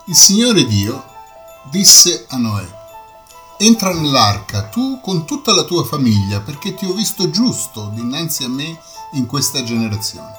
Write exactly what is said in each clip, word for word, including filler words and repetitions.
Il Signore Dio disse a Noè: entra nell'arca tu con tutta la tua famiglia, perché ti ho visto giusto dinanzi a me in questa generazione.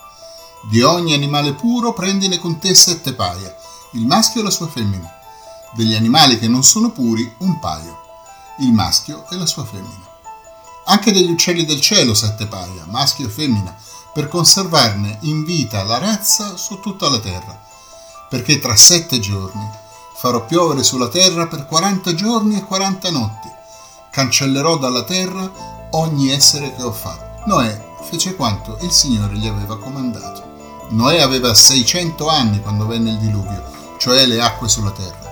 Di ogni animale puro prendine con te sette paia, il maschio e la sua femmina. Degli animali che non sono puri un paio, il maschio e la sua femmina. Anche degli uccelli del cielo sette paia, maschio e femmina, per conservarne in vita la razza su tutta la terra. Perché tra sette giorni farò piovere sulla terra per quaranta giorni e quaranta notti. Cancellerò dalla terra ogni essere che ho fatto. Noè fece quanto il Signore gli aveva comandato. Noè aveva seicento anni quando venne il diluvio, cioè le acque sulla terra.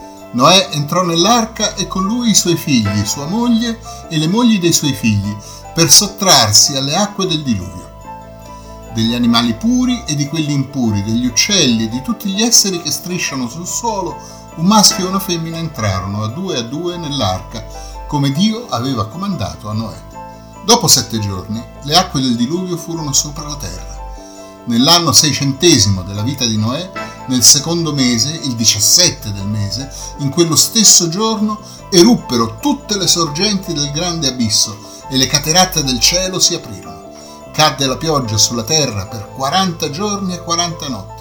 Noè entrò nell'arca e con lui i suoi figli, sua moglie e le mogli dei suoi figli, per sottrarsi alle acque del diluvio. Degli animali puri e di quelli impuri, degli uccelli e di tutti gli esseri che strisciano sul suolo, un maschio e una femmina entrarono a due a due nell'arca, come Dio aveva comandato a Noè. Dopo sette giorni, le acque del diluvio furono sopra la terra. Nell'anno seicentesimo della vita di Noè, nel secondo mese, il diciassette del mese, in quello stesso giorno, eruppero tutte le sorgenti del grande abisso e le cateratte del cielo si aprirono. Cadde la pioggia sulla terra per quaranta giorni e quaranta notti.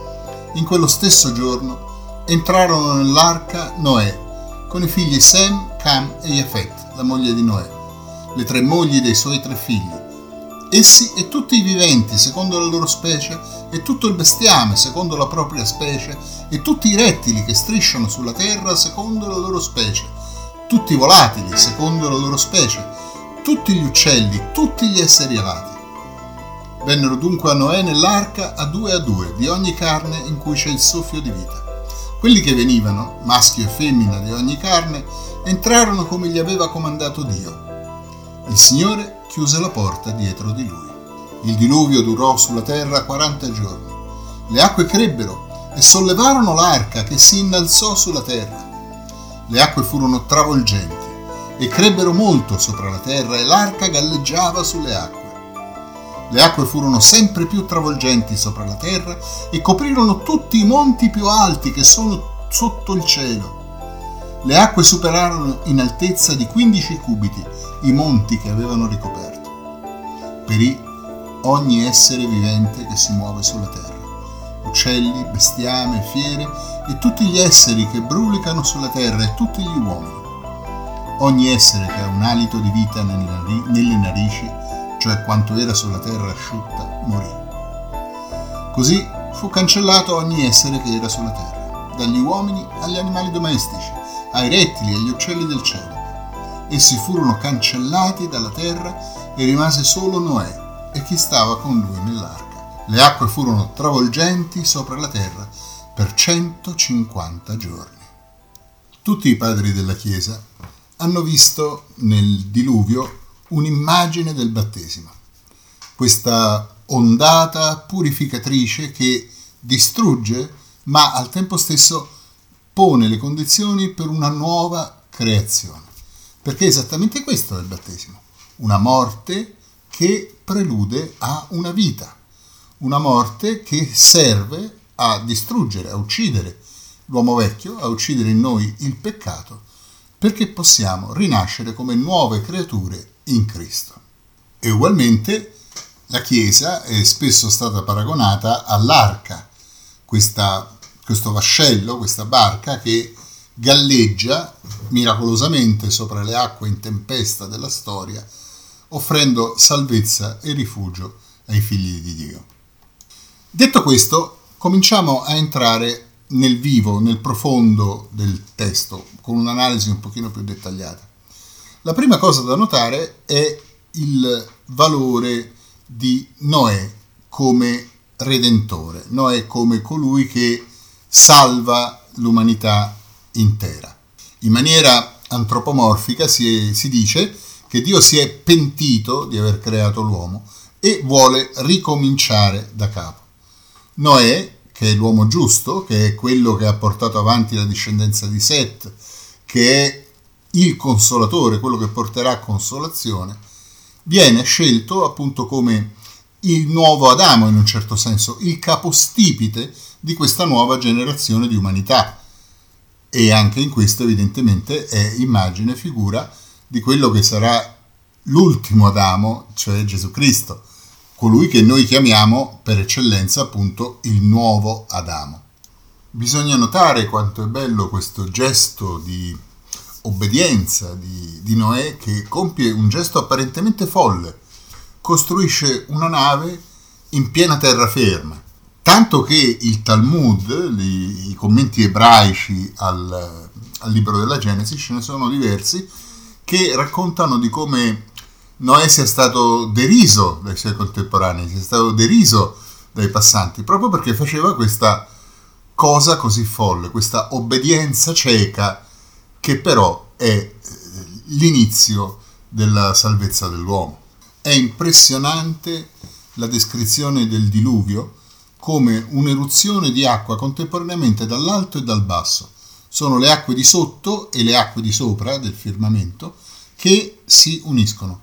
In quello stesso giorno entrarono nell'arca Noè, con i figli Sem, Cam e Jafet, la moglie di Noè, le tre mogli dei suoi tre figli. Essi e tutti i viventi secondo la loro specie, e tutto il bestiame secondo la propria specie, e tutti i rettili che strisciano sulla terra secondo la loro specie, tutti i volatili secondo la loro specie, tutti gli uccelli, tutti gli esseri alati. Vennero dunque a Noè nell'arca a due a due, di ogni carne in cui c'è il soffio di vita. Quelli che venivano, maschio e femmina di ogni carne, entrarono come gli aveva comandato Dio. Il Signore chiuse la porta dietro di lui. Il diluvio durò sulla terra quaranta giorni. Le acque crebbero e sollevarono l'arca che si innalzò sulla terra. Le acque furono travolgenti e crebbero molto sopra la terra e l'arca galleggiava sulle acque. Le acque furono sempre più travolgenti sopra la terra e coprirono tutti i monti più alti che sono sotto il cielo. Le acque superarono in altezza di quindici cubiti i monti che avevano ricoperto. Perì ogni essere vivente che si muove sulla terra, uccelli, bestiame, fiere e tutti gli esseri che brulicano sulla terra e tutti gli uomini. Ogni essere che ha un alito di vita nelle narici, cioè quanto era sulla terra asciutta, morì. Così fu cancellato ogni essere che era sulla terra, dagli uomini agli animali domestici, ai rettili e agli uccelli del cielo. Essi furono cancellati dalla terra e rimase solo Noè e chi stava con lui nell'arca. Le acque furono travolgenti sopra la terra per centocinquanta giorni. Tutti i padri della Chiesa hanno visto nel diluvio un'immagine del battesimo, questa ondata purificatrice che distrugge ma al tempo stesso pone le condizioni per una nuova creazione, perché esattamente questo è il battesimo, una morte che prelude a una vita, una morte che serve a distruggere, a uccidere l'uomo vecchio, a uccidere in noi il peccato, perché possiamo rinascere come nuove creature in Cristo. E ugualmente la Chiesa è spesso stata paragonata all'arca, questa, questo vascello, questa barca che galleggia miracolosamente sopra le acque in tempesta della storia, offrendo salvezza e rifugio ai figli di Dio. Detto questo, cominciamo a entrare nel vivo, nel profondo del testo, con un'analisi un pochino più dettagliata. La prima cosa da notare è il valore di Noè come redentore, Noè come colui che salva l'umanità intera. In maniera antropomorfica si, si dice che Dio si è pentito di aver creato l'uomo e vuole ricominciare da capo. Noè, che è l'uomo giusto, che è quello che ha portato avanti la discendenza di Set, che è il consolatore, quello che porterà consolazione, viene scelto appunto come il nuovo Adamo, in un certo senso, il capostipite di questa nuova generazione di umanità. E anche in questo evidentemente è immagine, figura di quello che sarà l'ultimo Adamo, cioè Gesù Cristo, colui che noi chiamiamo per eccellenza appunto il nuovo Adamo. Bisogna notare quanto è bello questo gesto di obbedienza di, di Noè, che compie un gesto apparentemente folle, costruisce una nave in piena terraferma, tanto che il Talmud, i, i commenti ebraici al, al libro della Genesi, ce ne sono diversi, che raccontano di come Noè sia stato deriso dai suoi contemporanei, sia stato deriso dai passanti, proprio perché faceva questa cosa così folle, questa obbedienza cieca, che però è l'inizio della salvezza dell'uomo. È impressionante la descrizione del diluvio come un'eruzione di acqua contemporaneamente dall'alto e dal basso. Sono le acque di sotto e le acque di sopra del firmamento che si uniscono.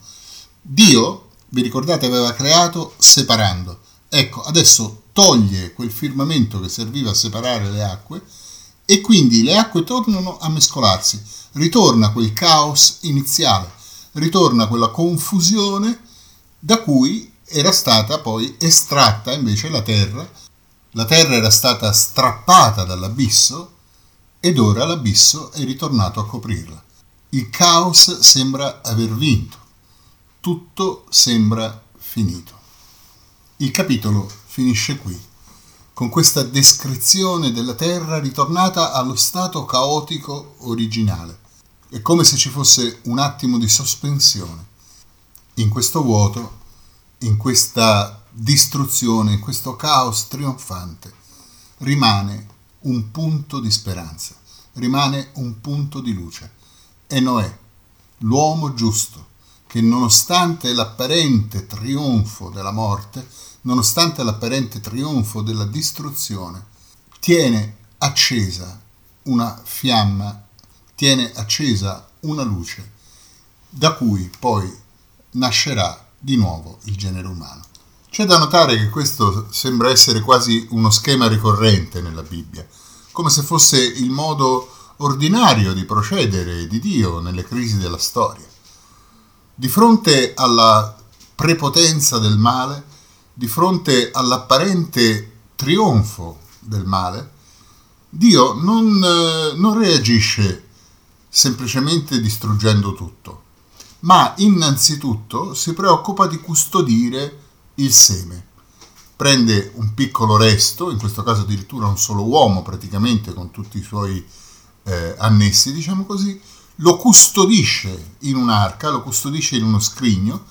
Dio, vi ricordate, aveva creato separando. Ecco, adesso toglie quel firmamento che serviva a separare le acque e quindi le acque tornano a mescolarsi. Ritorna quel caos iniziale, ritorna quella confusione da cui era stata poi estratta invece la terra. La terra era stata strappata dall'abisso ed ora l'abisso è ritornato a coprirla. Il caos sembra aver vinto, tutto sembra finito. Il capitolo finisce qui, con questa descrizione della terra ritornata allo stato caotico originale. È come se ci fosse un attimo di sospensione. In questo vuoto, in questa distruzione, in questo caos trionfante, rimane un punto di speranza, rimane un punto di luce. E Noè, l'uomo giusto, che nonostante l'apparente trionfo della morte, nonostante l'apparente trionfo della distruzione, tiene accesa una fiamma, tiene accesa una luce, da cui poi nascerà di nuovo il genere umano. C'è da notare che questo sembra essere quasi uno schema ricorrente nella Bibbia, come se fosse il modo ordinario di procedere di Dio nelle crisi della storia. Di fronte alla prepotenza del male, di fronte all'apparente trionfo del male, Dio non, non reagisce semplicemente distruggendo tutto, ma innanzitutto si preoccupa di custodire il seme. Prende un piccolo resto, in questo caso addirittura un solo uomo praticamente con tutti i suoi eh, annessi, diciamo così, lo custodisce in un'arca, lo custodisce in uno scrigno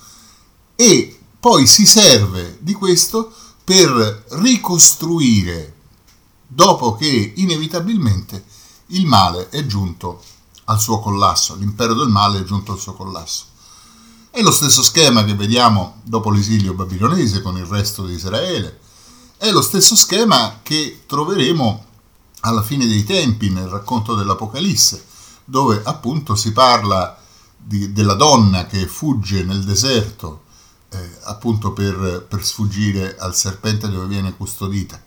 e poi si serve di questo per ricostruire dopo che inevitabilmente il male è giunto al suo collasso, l'impero del male è giunto al suo collasso. È lo stesso schema che vediamo dopo l'esilio babilonese con il resto di Israele, è lo stesso schema che troveremo alla fine dei tempi nel racconto dell'Apocalisse, dove appunto si parla di, della donna che fugge nel deserto eh, appunto per, per sfuggire al serpente dove viene custodita.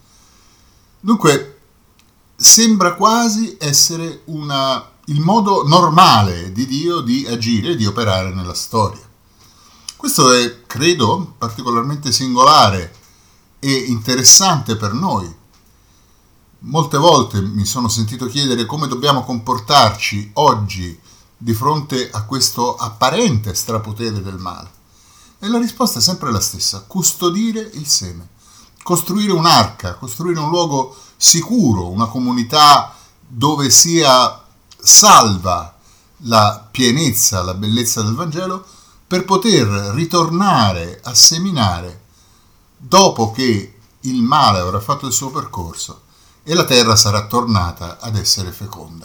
Dunque sembra quasi essere una, il modo normale di Dio di agire, di operare nella storia. Questo è, credo, particolarmente singolare e interessante per noi. Molte volte mi sono sentito chiedere come dobbiamo comportarci oggi di fronte a questo apparente strapotere del male. E la risposta è sempre la stessa: custodire il seme, costruire un'arca, costruire un luogo sicuro, una comunità dove sia salva la pienezza, la bellezza del Vangelo, per poter ritornare a seminare dopo che il male avrà fatto il suo percorso e la terra sarà tornata ad essere feconda.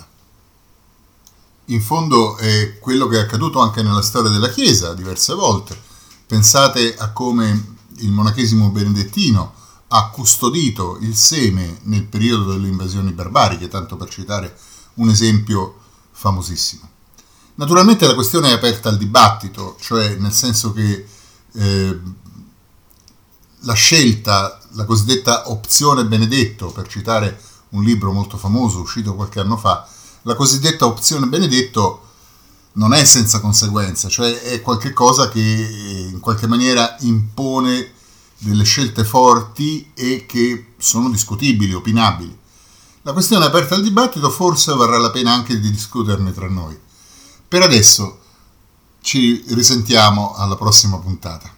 In fondo è quello che è accaduto anche nella storia della Chiesa diverse volte. Pensate a come il monachesimo benedettino ha custodito il seme nel periodo delle invasioni barbariche, tanto per citare un esempio famosissimo. Naturalmente la questione è aperta al dibattito, cioè nel senso che eh, la scelta la cosiddetta opzione Benedetto, per citare un libro molto famoso uscito qualche anno fa, la cosiddetta opzione Benedetto non è senza conseguenze, cioè è qualcosa che in qualche maniera impone delle scelte forti e che sono discutibili, opinabili. La questione è aperta al dibattito, forse varrà la pena anche di discuterne tra noi. Per adesso ci risentiamo alla prossima puntata.